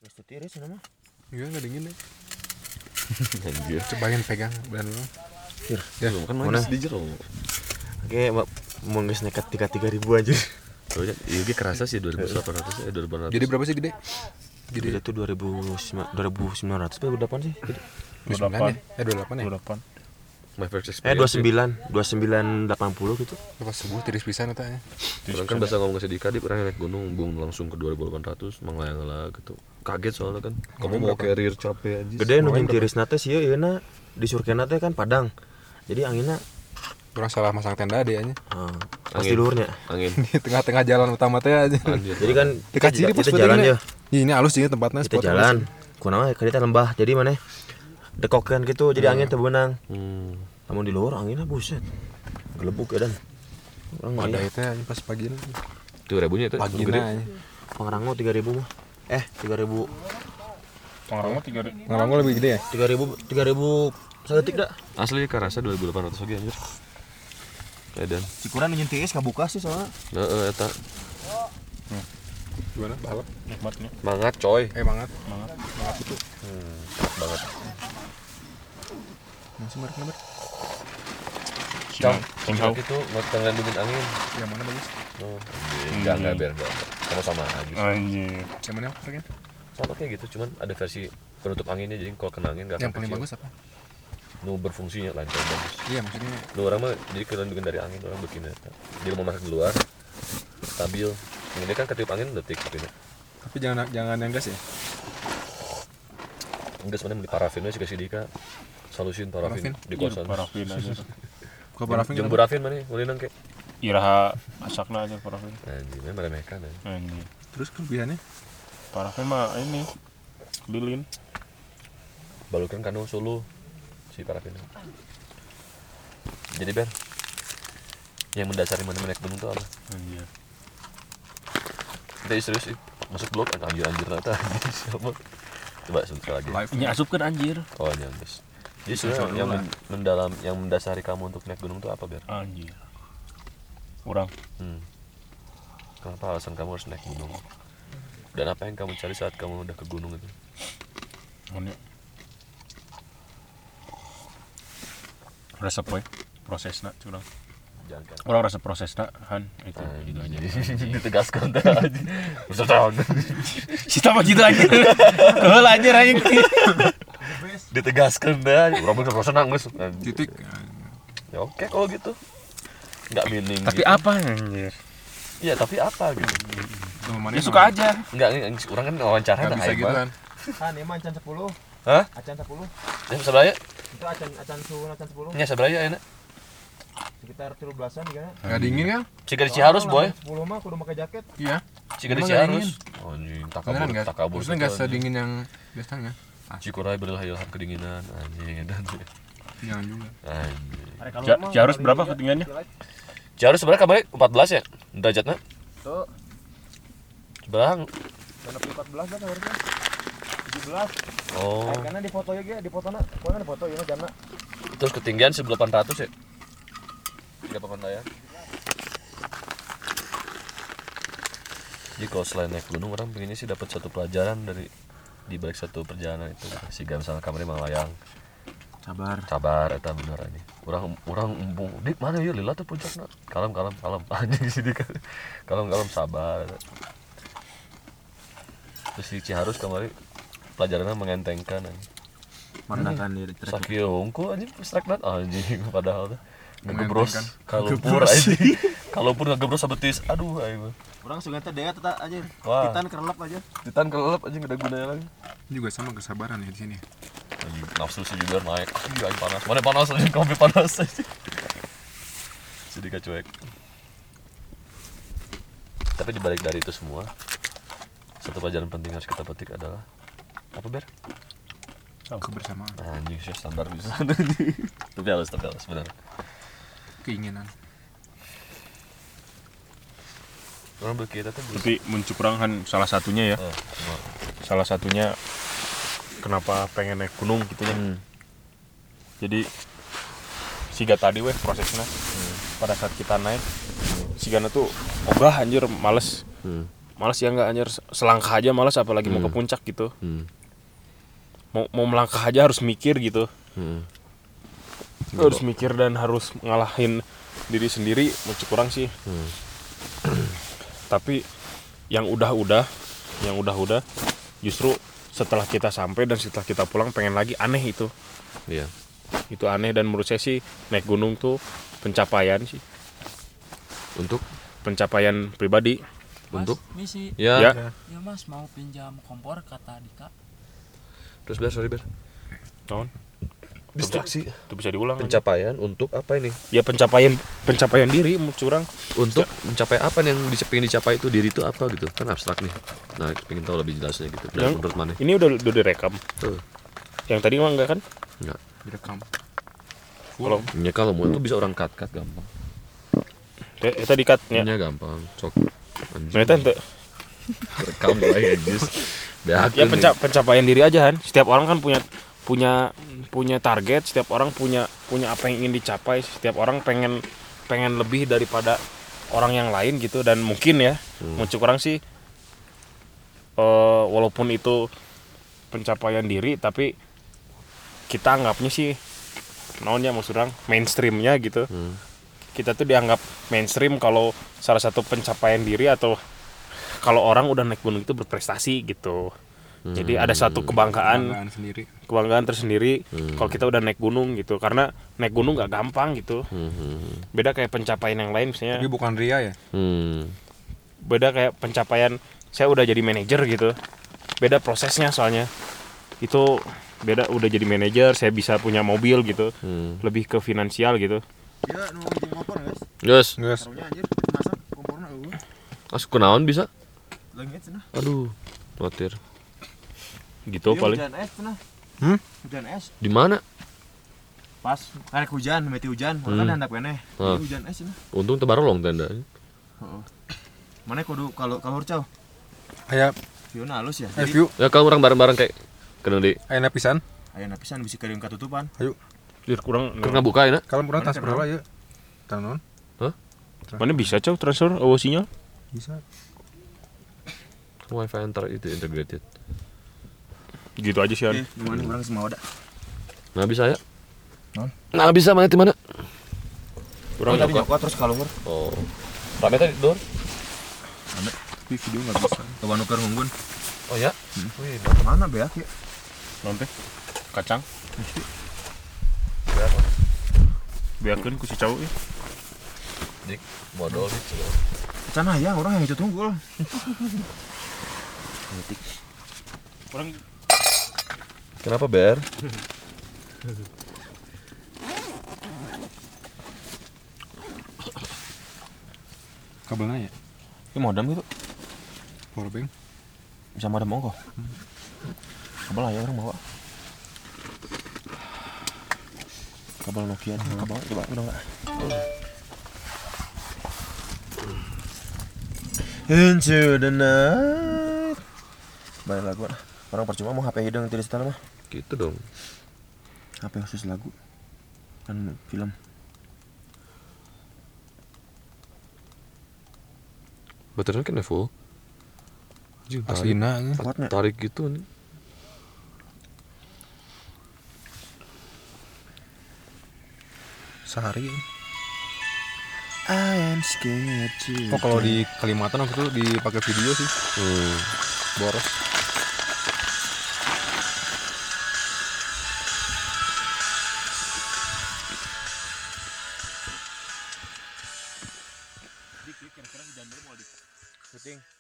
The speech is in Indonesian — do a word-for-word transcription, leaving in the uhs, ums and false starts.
Terus tiris nama. Iya enggak dingin deh. Anjir. Cobain pegang badan lu. Hier, ya, kan mana di jero. Oke, mau geus nekat tiga ribu aja. Oh ya, iya kerasa sih dua ribu delapan ratus eh dua ribu delapan ratus. Jadi berapa sih gede? Gede itu dua ribu sembilan ratus atau dua ribu delapan sih? Gede. dua puluh delapan ya? Eh dua puluh delapan ya? dua puluh delapan. My first experience. Eh dua puluh sembilan, dua puluh sembilan delapan puluh gitu. Pas subuh tiris pisan eta nya. Orang kan bahasa ngomong sedikit di orang naik gunung bung langsung ke dua ribu delapan ratus manglayang-lah gitu. Kaget soalnya kan. Kamu mau carrier capek aja. Gede nu tiris nate sih ieu na di Surkena teh kan Padang. Jadi anginnya Kurang salah masang tenda deh nya. Heeh. Pasti luhurnya. Angin. Di tengah-tengah jalan utama teh aja. Jadi kan dekat sini kita jalan ya. Ini halus sih tempatnya kita jalan. Kunaon ka dieu lembah. Jadi mana? Dekokan gitu jadi angin teh beunang. Hmm. Namun di luar anginnya buset. Gelebuk ya dan. Orang ada itu pas pagi ini. Tuh ribunya itu. Pagi na. Pangrango tiga ribu mah. Eh, tiga ribu. Pangrango tiga ribu. Pangrango lebih gede ya? tiga ribu tiga ribu saeutik dah. Asli karasa dua ribu delapan ratus lagi anjir. Edan. Cikuran nyen tiis kabuka sih soalnya. Heeh eta. Gimana? Balap? Nikmatnya. Mangat coy. Eh mangat. Mangat. Mangat itu. Hmm, banget. Masih merek nomor. Cang, Cang itu nggak dingin angin. Yang mana bagus? Oh, enggak enggak biar enggak. Sama-sama aja. Anjir. Yang mana mereknya? Sama kayak gitu, cuman ada versi penutup anginnya jadi kalau kena angin enggak Yang paling bagus apa? Nu berfungsinya lancar bagus. Iya maksudnya. Nu orang mah jadi keren bikin dari angin orang bikin eta. Dia mau masak di luar stabil. Ini kan ketiup angin detik tapi Tapi jangan jangan yang gas ya. Enggak sebenarnya beli parafinnya sih kasih dika. Solusin parafin, Parafin? di kosan. Parafin aja. Kok parafin? Jeung parafin mana? Ulinan ke. Iraha asakna aja parafin. Anjir, memang meremehkan anjir. Anjir. Terus kelebihannya? Parafin mah ini lilin. Balurkeun kanu sulu si parafin. Jadi ber yang mendasari mana naik gunung itu apa? Anjir. Kita serius sih masuk blog anjir anjir ternyata siapa? Coba sebentar lagi. Nya asupkeun anjir. Oh nyambes. Jadi sebenarnya yang men- mendalam yang mendasari kamu untuk naik gunung itu apa ber? Anjir. Orang. Hmm. Kenapa alasan kamu harus naik gunung? Dan apa yang kamu cari saat kamu udah ke gunung itu? Mana? Resep we prosesna curang. Jangan kan. Orang resep prosesna han itu gitu aja. Ditegaskan dah aja. Bisa tahu. Kita mah gitu aja. Heula anjir aing. Ditegaskan dah. Urang mah proses nangis. Titik. Ya oke kalau gitu. Enggak meaning. Tapi gitu. apa anjir? Iya, tapi apa gitu. Ya suka aja. Enggak, orang kan wawancara Enggak bisa gitu kan. Kan emang acan sepuluh. Hah? Acan sepuluh. Ya sebenarnya Itu acan acan suhu acan sepuluh. nya sebenarnya enak. Sekitar tiga belasan kan. Enggak dingin kan? Ciga di Ciharus, boy. sepuluh mah kudu pakai jaket. Iya. Ciga di Emang nggak Ciharus. Anjing, tak kabur, Beneran enggak? tak kabur. Maksudnya enggak sedingin yang biasanya. Cikuray berilah ilham kedinginan, anjing dan Jangan juga. anjing. Ciharus berapa ketinggiannya? Ciharus sebenarnya kabarnya empat belas ya derajatnya. Tuh, Bang. dan empat belas dah harusnya. tujuh belas. Oh. Eh, karena di foto ya ge, di fotona. Kuana di foto ieu mah jamna. Terus ketinggian seribu delapan ratus ya. Tiga Papandayan. Jadi kalau selain naik gunung orang pengennya sih dapat satu pelajaran dari di balik satu perjalanan itu. Siga misalnya kamarnya Manglayang. Sabar. Sabar eta bener ini. Urang urang embung. Dik mana ieu lila teh puncakna? Kalem kalem kalem. Anjing sih dik. Kalem kalem sabar. Terus si Ciharus kemarin pelajarannya mengentengkan anjing. Merendahkan diri. Sakit hongku anjing strakna anjing padahal teh ngegebros Mengentengkan. kalupur anjing. Kalupur ngegebros sabetis. Aduh aing mah. Urang sugan teh dea teh aja. Wah. Titan kerelep aja. Titan kelelep anjing ada gunanya lagi. Ini juga sama kesabaran ya di sini. Anjing nafsu si juga naik. Anjing aing panas. Mana panas anjing kopi panas anjing. Sedikit cuek. Tapi dibalik dari itu semua, satu pelajaran penting harus kita petik adalah apa ber? Kebersamaan. Anjing sih standar bisa. Tapi halus tapi halus benar. Keinginan. Orang berkita tuh. Tapi mencukurangan salah satunya ya. Oh, Salah satunya kenapa pengen naik gunung gitu ya. Hmm. Jadi siga tadi weh prosesnya. Hmm. Pada saat kita naik sigana tuh ogah anjir males. Hmm. malas ya nggak anjir, selangkah aja malas apalagi Hmm. mau ke puncak gitu. Hmm. Mau mau melangkah aja harus mikir gitu. Hmm. Harus mikir dan harus ngalahin diri sendiri, masih kurang sih. Hmm. Tapi yang udah-udah, yang udah-udah justru setelah kita sampai dan setelah kita pulang pengen lagi, aneh itu. Iya. Itu aneh dan menurut saya sih naik gunung tuh pencapaian sih, Untuk pencapaian pribadi. Mas, Untuk? misi. ya. Ya. Ya mas, mau pinjam kompor kata Dika. Terus Ber, sorry Ber. Tahun Distraksi. itu bisa diulang. Pencapaian untuk apa ini? Ya pencapaian pencapaian diri menurut curang. Untuk mencapai apa nih yang bisa pengen dicapai itu, diri itu apa gitu? Kan abstrak nih. Nah, pengen tahu lebih jelasnya gitu. Dan Yang- menurut mana? Ini udah udah direkam. Tuh. Yang tadi mah enggak kan? Enggak. Direkam. Kalau Ya kalau mau itu bisa orang cut-cut gampang. ya, ya tadi katnya. Nya gampang. Sok. Anjing. Nah, itu ente. Rekam mulai anjis. Ya penca- pencapaian diri aja kan. Setiap orang kan punya punya punya target, setiap orang punya punya apa yang ingin dicapai, setiap orang pengen pengen lebih daripada orang yang lain gitu. Dan mungkin ya, Hmm. menurut orang sih eh, walaupun itu pencapaian diri, tapi kita anggapnya sih naonnya maksud orang mainstreamnya gitu. Hmm. Kita tuh dianggap mainstream kalau salah satu pencapaian diri atau kalau orang udah naik gunung itu berprestasi gitu. Jadi ada satu kebanggaan, Kebanggaan sendiri. kebanggaan tersendiri Hmm. kalau kita udah naik gunung gitu. Karena naik gunung gak gampang gitu. Hmm. Hmm. Beda kayak pencapaian yang lain misalnya. Tapi bukan ria ya. Hmm. Beda kayak pencapaian saya udah jadi manajer gitu. Beda prosesnya soalnya. Itu beda, udah jadi manajer, saya bisa punya mobil gitu. Hmm. Lebih ke finansial gitu. Ya nu jeung kompor guys. Guys, Guys, Karunya anjir masak komporna eueuh. masuk ke naon bisa? Leungit cenah. Aduh, khawatir. Gitu Ieu paling. Hujan es cenah. Hmm? Hujan es. Di mana? Pas karek hujan, meti hujan, Hmm. orang kan handap keneh. Ah. Ieu hujan es cenah. Untung tebarolong tenda. Heeh. Mana kudu kalau kalau cau. aya Vieuna halus ya. aya Jadi view, Ya kalau orang bareng-bareng kayak kena di aya pisan. aya pisan bisi keur katutupan. Dir kurang. kena buka ya. Kalau urang Mana transfer kenal? lah ya. Tanon. Mana bisa cow transfer oh sinyal? Bisa. Wifi antar itu integrated. Gitu aja sih. Oke, gimana urang semua ada. Nah bisa ya? Non. Nah bisa mana di mana? Kurang Tadi nyokot terus kalungur. Oh. Rame tadi dor. Tapi video enggak bisa. Coba nuker ngunggun. Oh ya? Wih, mana beak ya? nanti kacang. Biarkan ku si cowok ya. Dik, modal gitu. Can hayang orang yang itu tunggul. Orang Kenapa Ber? Kabelnya ya. Ini modem gitu. Powerbank. Bisa modem monggo. Kabel aja orang bawa. Kabel Nokia, kabel coba udah enggak? Into the night. Baik lagu lah. Orang percuma mau H P hidung tidak setel mah. Gitu dong. H P khusus lagu. Kan film. Baterainya kan full. Anjing, tarik, Aslina nya. Kuatnya. tarik gitu nih. Sehari. I am scared to. Oh kalau di Kalimantan waktu itu dipakai video sih. Hmm. Boros. kira-kira hujan dulu mau di syuting.